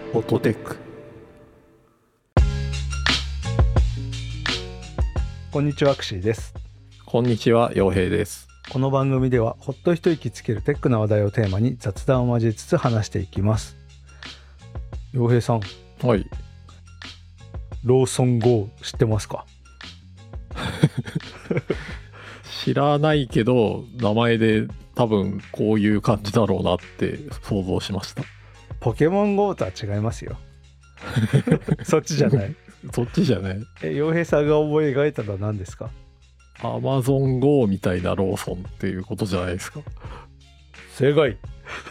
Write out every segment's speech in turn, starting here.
フォトテック。 こんにちは、アクシーです。 こんにちは、陽平です。 この番組ではほっと一息つけるテックな話題をテーマに雑談を交えつつ話していきます。陽平さん、 はい。 ローソン GO 知ってますか？ 知らないけど、名前で多分こういう感じだろうなって想像しました。 ポケモン GO とは違いますよ。そっちじゃない。 そっちじゃない。 陽平さんが思い描いたのは何ですか？ アマゾン GO みたいなローソンっていうことじゃないですか。 正解。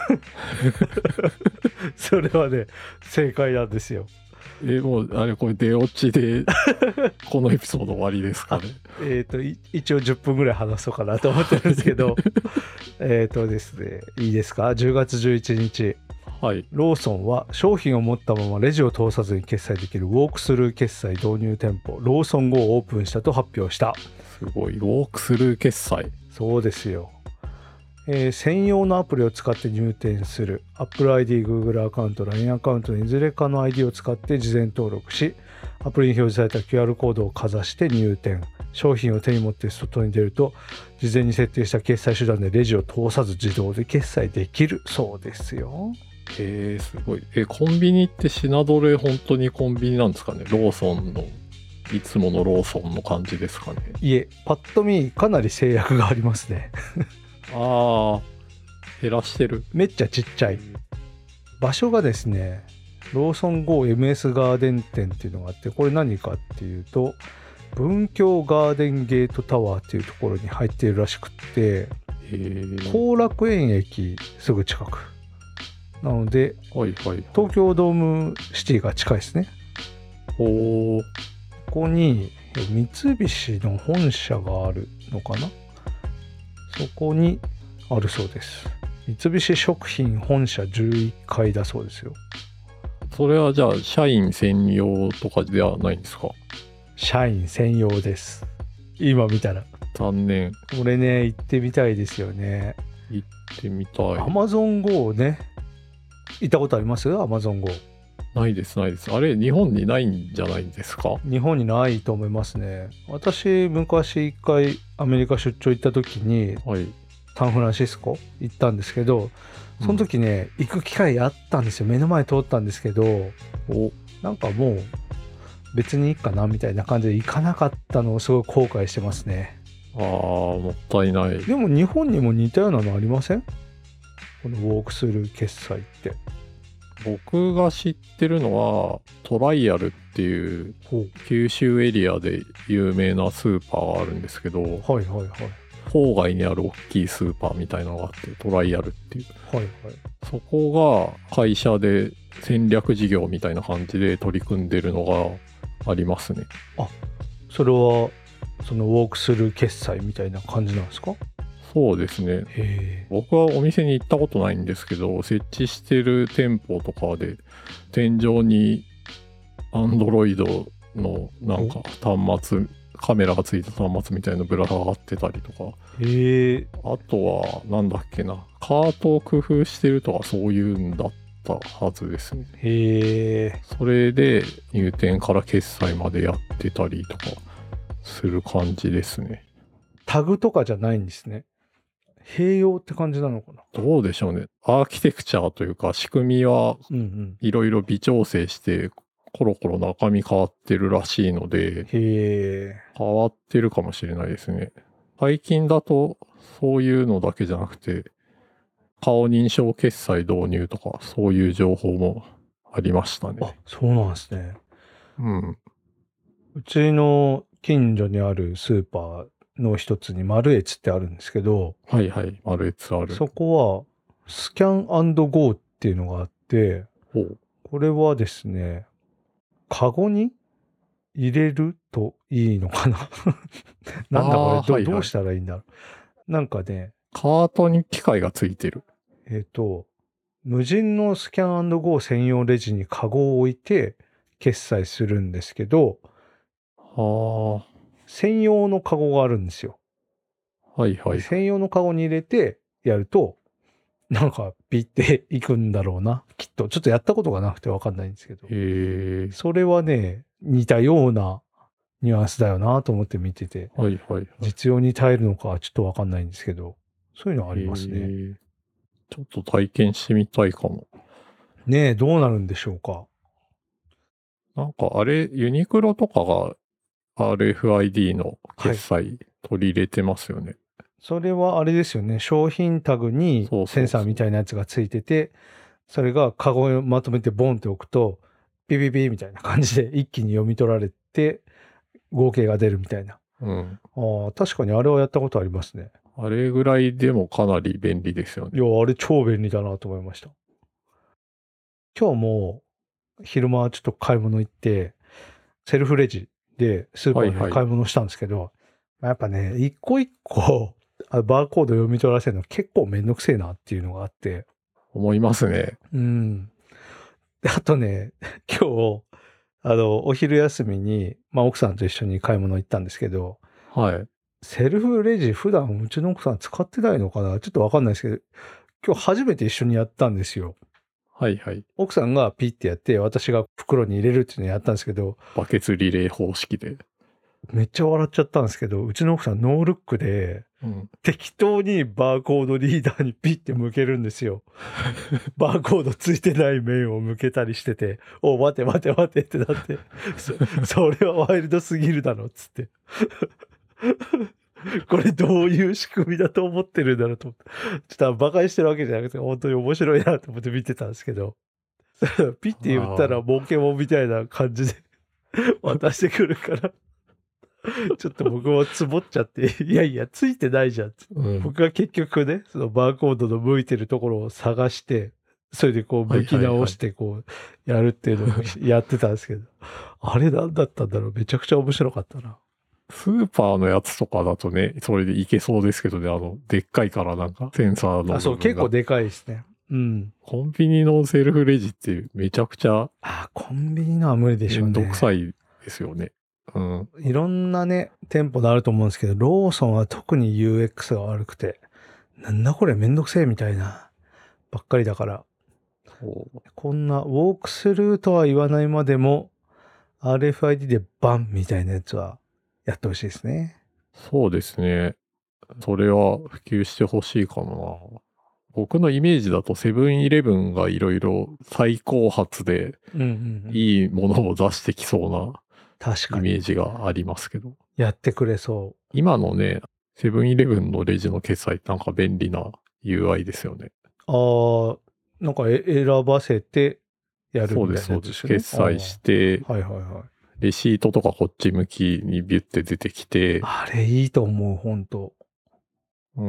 それはね、正解なんですよ。 もう、これ出落ちで、このエピソード終わりですかね。 一応10分ぐらい話そうかなと思ってるんですけど、ですね、いいですか？ 10 月11日。 はい。 ローソンは商品を持ったままレジを通さずに決済できるウォークスルー決済導入店舗ローソン GO をオープンしたと発表した。 すごい。ウォークスルー決済。 そうですよ。専用のアプリを使って入店する Apple ID、Google アカウント、LINE アカウントのいずれかの ID を使って事前登録し、アプリに表示された QR コードをかざして入店。商品を手に持って外に出ると、事前に設定した決済手段でレジを通さず自動で決済できるそうですよ。 すごい。コンビニって品揃え本当にコンビニなんですかね。ローソンの、いつものローソンの感じですかね。 いえ、パッと見かなり制約がありますね。 ああ、減らしてる。 めっちゃちっちゃい。場所がですね、ローソン GO MS ガーデン店っていうのがあって、これ何かっていうと、文京ガーデンゲートタワーっていうところに入っているらしくって、後楽園駅すぐ近く。なので、 はいはい、 東京ドームシティが近いですね。 おー。 ここに三菱の本社があるのかな？そこにあるそうです。三菱食品本社11階だそうですよ。 それはじゃあ社員専用とかではないんですか？ 社員専用です。今見たら。 残念。 これね、行ってみたいですよね。 行ってみたい。 Amazon Go ね。行ったことあります？ Amazon Go。 ないですないです。あれ日本にないんじゃないんですか？ 日本にないと思いますね。私、昔一回アメリカ出張行った時に、 はい。 サンフランシスコ行ったんですけど、その時ね、行く機会あったんですよ。目の前通ったんですけど、なんかもう別にいいかなみたいな感じで行かなかったのをすごい後悔してますね。 もったいない。 でも日本にも似たようなのありません？このウォークスルー決済って。 僕が知ってるのはトライアルっていう九州エリアで有名なスーパーがあるんですけど、 はいはいはい。 郊外にある大きいスーパーみたいなのがあって、トライアルっていう。 はいはい。 そこが会社で戦略事業みたいな感じで取り組んでるのがありますね。 あ、それはそのウォークスルー決済みたいな感じなんですか？ そうですね。僕はお店に行ったことないんですけど、設置してる店舗とかで天井に Android のなんか端末、カメラがついた端末みたいなぶら下がってたりとか、あとはなんだっけな、カートを工夫してるとかそういうんだったはずですね。それで入店から決済までやってたりとかする感じですね。 タグとかじゃないんですね。併用って感じなのかな？ どうでしょうね。アーキテクチャーというか仕組みはいろいろ微調整してコロコロ中身変わってるらしいので、変わってるかもしれないですね。最近だとそういうのだけじゃなくて、顔認証決済導入とかそういう情報もありましたね。 あ、そうなんですね。 うん。 うちの近所にあるスーパーの一つにマルエツってあるんですけど、 はいはい、マルエツある。 そこはスキャン&ゴーっていうのがあって、これはですね、カゴに入れるといいのかな？なんだこれ、どうしたらいいんだろう。なんかね、 カートに機械がついてる。 無人のスキャン&ゴー専用レジにカゴを置いて決済するんですけど、専用のカゴがあるんですよ。 はいはい。 専用のカゴに入れてやると、 なんかピッていくんだろうな、きっと。ちょっとやったことがなくてわかんないんですけど。 へえ。 それはね、似たようなニュアンスだよなと思って見てて、 はいはいはい。 実用に耐えるのかはちょっとわかんないんですけど、そういうのありますね。 へえ。ちょっと体験してみたいかも。 ねえ、どうなるんでしょうか。 なんかあれ、ユニクロとかが RFID のはい。 決済取り入れてますよね。 それはあれですよね。商品タグにそうそうそう。 センサーみたいなやつがついてて、それがカゴにまとめてボンって置くと、ピピピみたいな感じで一気に読み取られて、合計が出るみたいな。 うん。 ああ、確かにあれはやったことありますね。 あれぐらいでもかなり便利ですよね。 いや、あれ超便利だなと思いました。今日も昼間ちょっと買い物行って、セルフレジでスーパーではいはい。 買い物したんですけど、やっぱね、一個一個バーコード読み取らせるの結構めんどくせえなっていうのがあって、 思いますね。 うん。であとね、今日、お昼休みに、まあ奥さんと一緒に買い物行ったんですけど、 はい。 セルフレジ普段うちの奥さん使ってないのかなちょっとわかんないですけど、今日初めて一緒にやったんですよ。 はいはい。 奥さんがピッてやって、私が袋に入れるっていうのをやったんですけど、 バケツリレー方式で。 めっちゃ笑っちゃったんですけど、うちの奥さんノールックで、 うん。 適当にバーコードリーダーにピッて向けるんですよ。バーコードついてない面を向けたりしてて、お、待て待て待てってなって、それはワイルドすぎるだろっつって。これどういう仕組みだと思ってるんだろうと思って。ちょっと馬鹿にしてるわけじゃなくて、本当に面白いなと思って見てたんですけど、ピッて言ったらポケモンみたいな感じで渡してくるから、ちょっと僕もつぼっちゃって、いやいや、ついてないじゃんって。 うん。 僕が結局ね、そのバーコードの向いてるところを探して、それでこう向き直してこうやるっていうのをやってたんですけど、あれなんだったんだろう、めちゃくちゃ面白かったな。 スーパーのやつとかだとね、それでいけそうですけどね、でっかいからなんか、センサーのあ、そう、 部分が。 結構でかいですね。うん。 コンビニのセルフレジってめちゃくちゃコンビニのは無理でしょめんうね。 どくさいですよね。うん。 いろんなね、店舗であると思うんですけど、ローソンは特に UX が悪くて、なんだこれめんどくせえみたいな、ばっかりだから、 そうこんなウォークスルーとは言わないまでも、RFID でバンみたいなやつはやってほしいですね。 そうですね。それは普及してほしいかもな。僕のイメージだとセブンイレブンがいろいろ最高発でうんうんうん。 いいものを出してきそうな確かに。 イメージがありますけど。 やってくれそ今のね、セブンイレブンのレジの決済ってなんか便利な UI ですよね。 う。なんか選ばせてやるそうです、 みたいなそうです。 やつですよね。 決済して、 はいはいはい。 レシートとかこっち向きにビュって出てきて、 あれいいと思う、本当うん。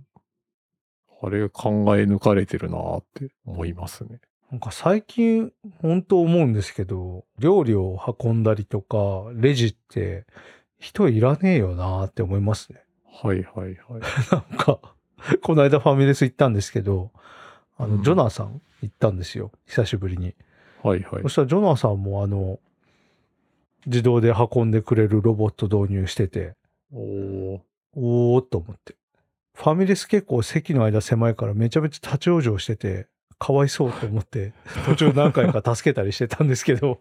あれ考え抜かれてるなーって思いますね。 なんか最近、本当思うんですけど、料理を運んだりとか、レジって人いらねえよなって思いますね。 はいはいはい。 なんか、この間ファミレス行ったんですけど、 うんジョナサン行ったんですよ。久しぶりに。 はいはいそ。したらジョナサンも自動で運んでくれるロボット導入してて、 おー、 おーっと思って。ファミレス結構席の間狭いからめちゃめちゃ立ち往生してて、かわいそうと思って、途中何回か助けたりしてたんですけど、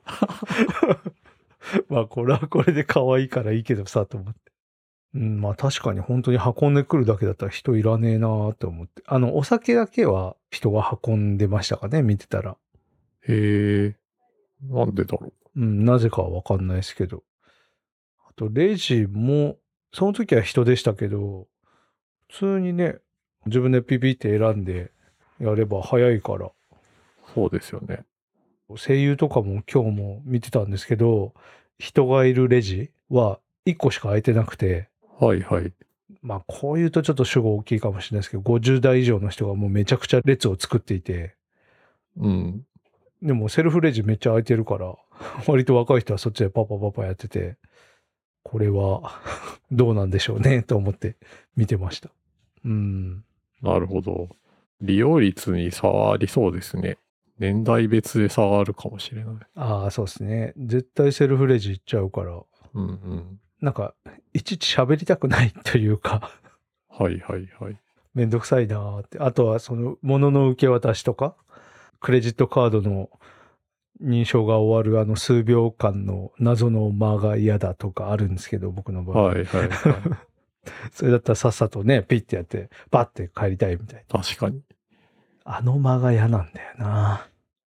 まあこれはこれで可愛いからいいけどさ、と思って。うん、まあ確かに本当に運んでくるだけだったら人いらねえなーって思って。お酒だけは人が運んでましたかね、見てたら。 へえ、なんでだろうん、なぜかはわかんないですけど。あと、レジも、その時は人でしたけど、普通にね、自分でピピって選んでやれば早いから、 う。そうですよね。 声優とかも今日も見てたんですけど、人がいるレジは1個しか空いてなくて、 はいはい。 まあこう言うとちょっと主語大きいかもしれないですけど、50代以上の人がもうめちゃくちゃ列を作っていて、 うん。 でもセルフレジめっちゃ空いてるから、割と若い人はそっちでパパパパやってて、これはどうなんでしょうねと思って見てました。うん。 なるほど。利用率に差はありそうですね。年代別で差があるかもしれない。 ああ、そうですね。絶対セルフレジ行っちゃうから、 うんうん。 なんか、いちいち喋りたくないというか、 はいはいはい。 めんどくさいなーって。あとはその物の受け渡しとか、クレジットカードの認証が終わる数秒間の謎の間が嫌だとかあるんですけど、僕の場合。 はいはいはい。 それだったらさっさとね、ピッてやって、バッて帰りたいみたいな。 確かに。 あの間が嫌なんだよな。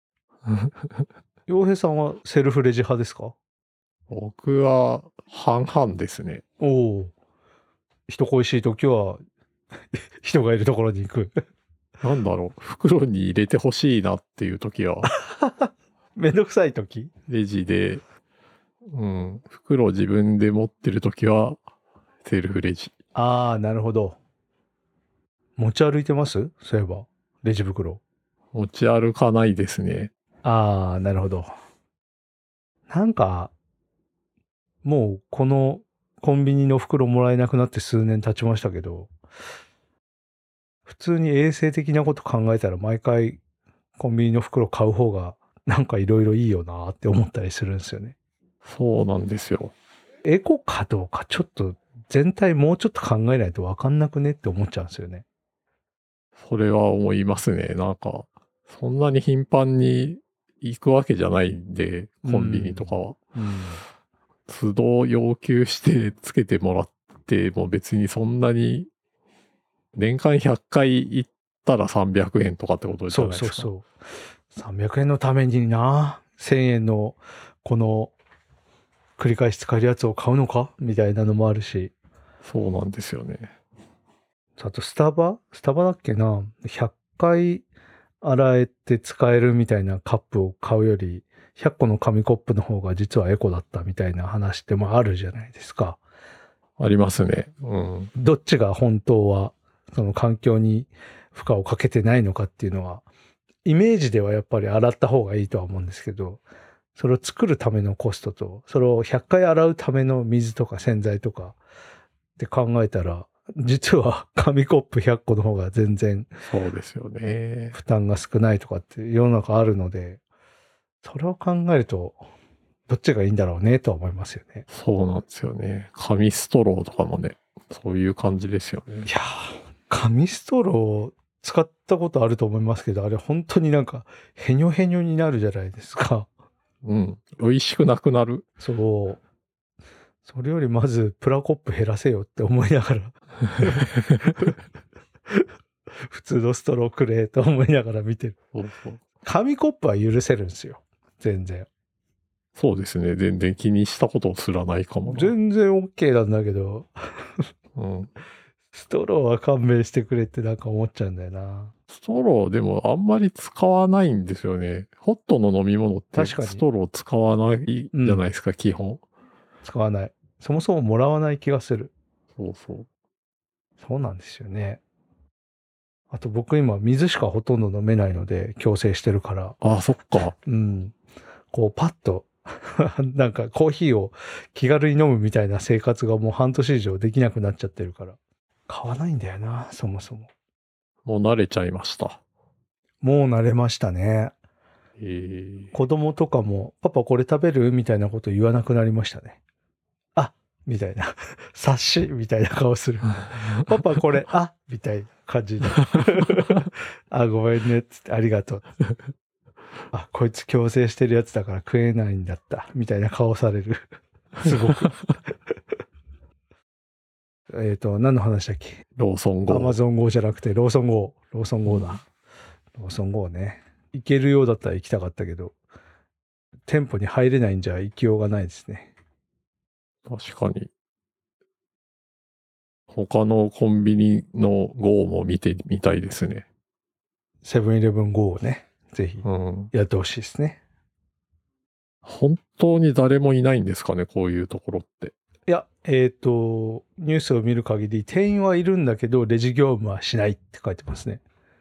洋平さんはセルフレジ派ですか？ 僕は半々ですね。 おお。人恋しい時は人がいるところに行く。 なんだろう、袋に入れてほしいなっていう時は、 めんどくさい時？ レジで、袋を自分で持ってる時は、セルフレジ。 ああ、なるほど。持ち歩いてますそういえば。レジ袋。 持ち歩かないですね。 ああ、なるほど。なんか、もうこのコンビニの袋もらえなくなって数年経ちましたけど、普通に衛生的なこと考えたら毎回コンビニの袋買う方がなんかいろいろいいよなって思ったりするんですよね。 そうなんですよ。 エコかどうかちょっと全体もうちょっと考えないとわかんなくねって思っちゃうんですよね。 それは思いますね。なんか、そんなに頻繁に行くわけじゃないんで、コンビニとかは。都度要求してつけてもらっても別にそんなに年間100回行ったら300円とかってことじそうゃないですか。 そうそう。300円のためにな、1000円のこの繰り返し使えるやつを買うのかみたいなのもあるし。 そうなんですよね。 あとスタバだっけな、100回洗えて使えるみたいなカップを買うより、100個の紙コップの方が実はエコだったみたいな話ってもあるじゃないですか。 ありますね。 どっちが本当はその環境に負荷をかけてないのかっていうのは、イメージではやっぱり洗った方がいいとは思うんですけど、それを作るためのコストと、それを100回洗うための水とか洗剤とかって考えたら、実は紙コップ100個の方が全然そうですよね。 負担が少ないとかって世の中あるので、それを考えると、どっちがいいんだろうねとは思いますよね。 そうなんですよね。紙ストローとかもね、そういう感じですよね。 いやー、紙ストロー使ったことあると思いますけど、あれ本当になんかヘニョヘニョになるじゃないですか。 美味しくなくなる。 そう。それよりまずプラコップ減らせよって思いながら普通のストローくれと思いながら見てる。 そうそう。 紙コップは許せるんですよ。全然。 そうですね。全然気にしたことすらないかもな。 全然 OK なんだけど、ストローは勘弁してくれってなんか思っちゃうんだよな。 ストローでもあんまり使わないんですよね。ホットの飲み物って確かにストロー使わないじゃないですか、基本。 使わない。そもそももらわない気がする。 そうそう。 そうなんですよね。あと僕今水しかほとんど飲めないので強制してるから。 あ、そっか。 こうパッとなんかコーヒーを気軽に飲むみたいな生活がもう半年以上できなくなっちゃってるから。買わないんだよな、そもそも。 もう慣れちゃいました。 もう慣れましたね。 子子供とかも、パパこれ食べるみたいなこと言わなくなりましたね。あみたいな。察しみたいな顔する。パパこれ、みたいな感じで。ごめんね。つって、ありがとう。こいつ強制してるやつだから食えないんだった。みたいな顔される。すごく。何の話だっけ？ ローソン GO。 アマゾン GO じゃなくて、ローソン GO。ローソン GO だ。ローソン GO ね。行けるようだったら行きたかったけど、店舗に入れないんじゃ行きようがないですね。 確かに。他のコンビニの GO も見てみたいですね。 セブンイレブン GO をね、ぜひやってほしいですね。 本当に誰もいないんですかね、こういうところって。 いや、ニュースを見る限り、店員はいるんだけど、レジ業務はしないって書いてますね。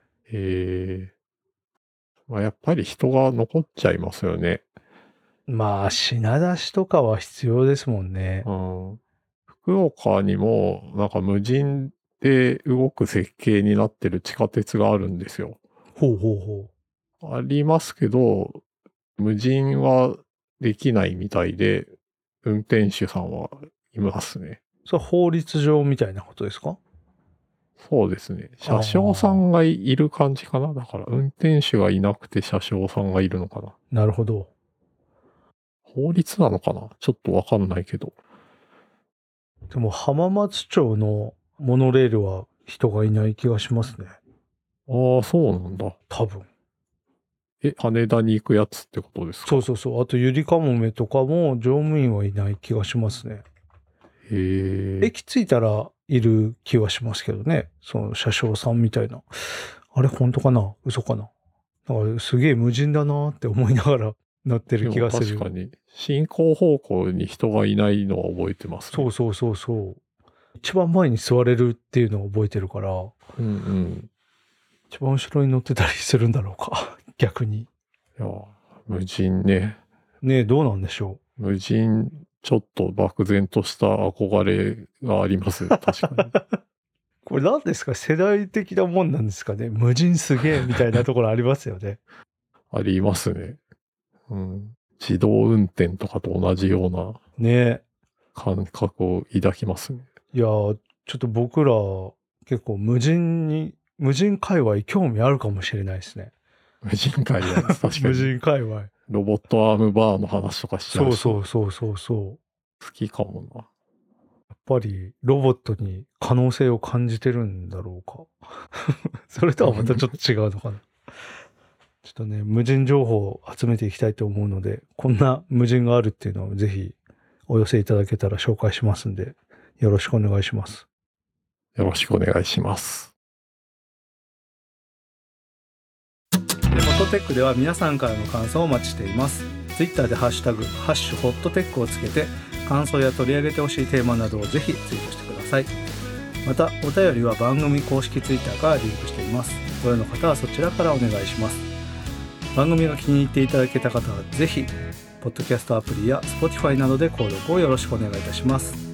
やっぱり人が残っちゃいますよね。 まあ、品出しとかは必要ですもんね。 福岡にも、なんか無人で動く設計になってる地下鉄があるんですよ。 ほうほうほう。ありますけど、無人はできないみたいで、運転手さんはいますね。 それは法律上みたいなことですか？ そうですね。車掌さんがいる感じかな。だから運転手がいなくて車掌さんがいるのかな。 なるほど。 法律なのかな、ちょっとわかんないけど。 でも浜松町のモノレールは人がいない気がしますね。 ああ、そうなんだ。 多分。 羽田に行くやつってことですか？ そうそうそう。あとゆりかもめとかも乗務員はいない気がしますね。 へえ。 駅着いたらいる気はしますけどね。その車掌さんみたいな。あれ本当かな嘘かな。だからすげえ無人だなって思いながら乗ってる気がする。 でも確かに、進行方向に人がいないのは覚えてますね。 そうそうそうそう。一番前に座れるっていうのを覚えてるから、 うんうん。 一番後ろに乗ってたりするんだろうか。逆に。 いや、無人ね。 ねえ、どうなんでしょ無人、ちょっと漠然とした憧れがあります。確かに。 これ何ですか？世代的なもんなんですかね？無人すげえみたいなところありますよね。 ありますね。うん。自動運転とかと同じようなねえ。 感覚を抱きますね。 いやー、ちょっと僕ら結構無人界隈興味あるかもしれないですね。 無人界隈です。確か無に。 人界隈。 ロボットアームバーの話とかしちゃうし。 そうそうそうそうそう。 好きかもな。 やっぱりロボットに可能性を感じてるんだろうか。それとはまたちょっと違うのかな。ちょっとね、無人情報を集めていきたいと思うので、こんな無人があるっていうのをぜひお寄せいただけたら紹介しますんで、よろしくお願いします。 よろしくお願いします。 フォトテックでは皆さんからの感想をお待ちしています。ツイッターでハッシュタグ、ハッシュホットテックをつけて、感想や取り上げてほしいテーマなどをぜひツイートしてください。また、お便りは番組公式ツイッターからリンクしています。ご用の方はそちらからお願いします。番組が気に入っていただけた方はぜひ、ポッドキャストアプリや Spotify などで購読をよろしくお願いいたします。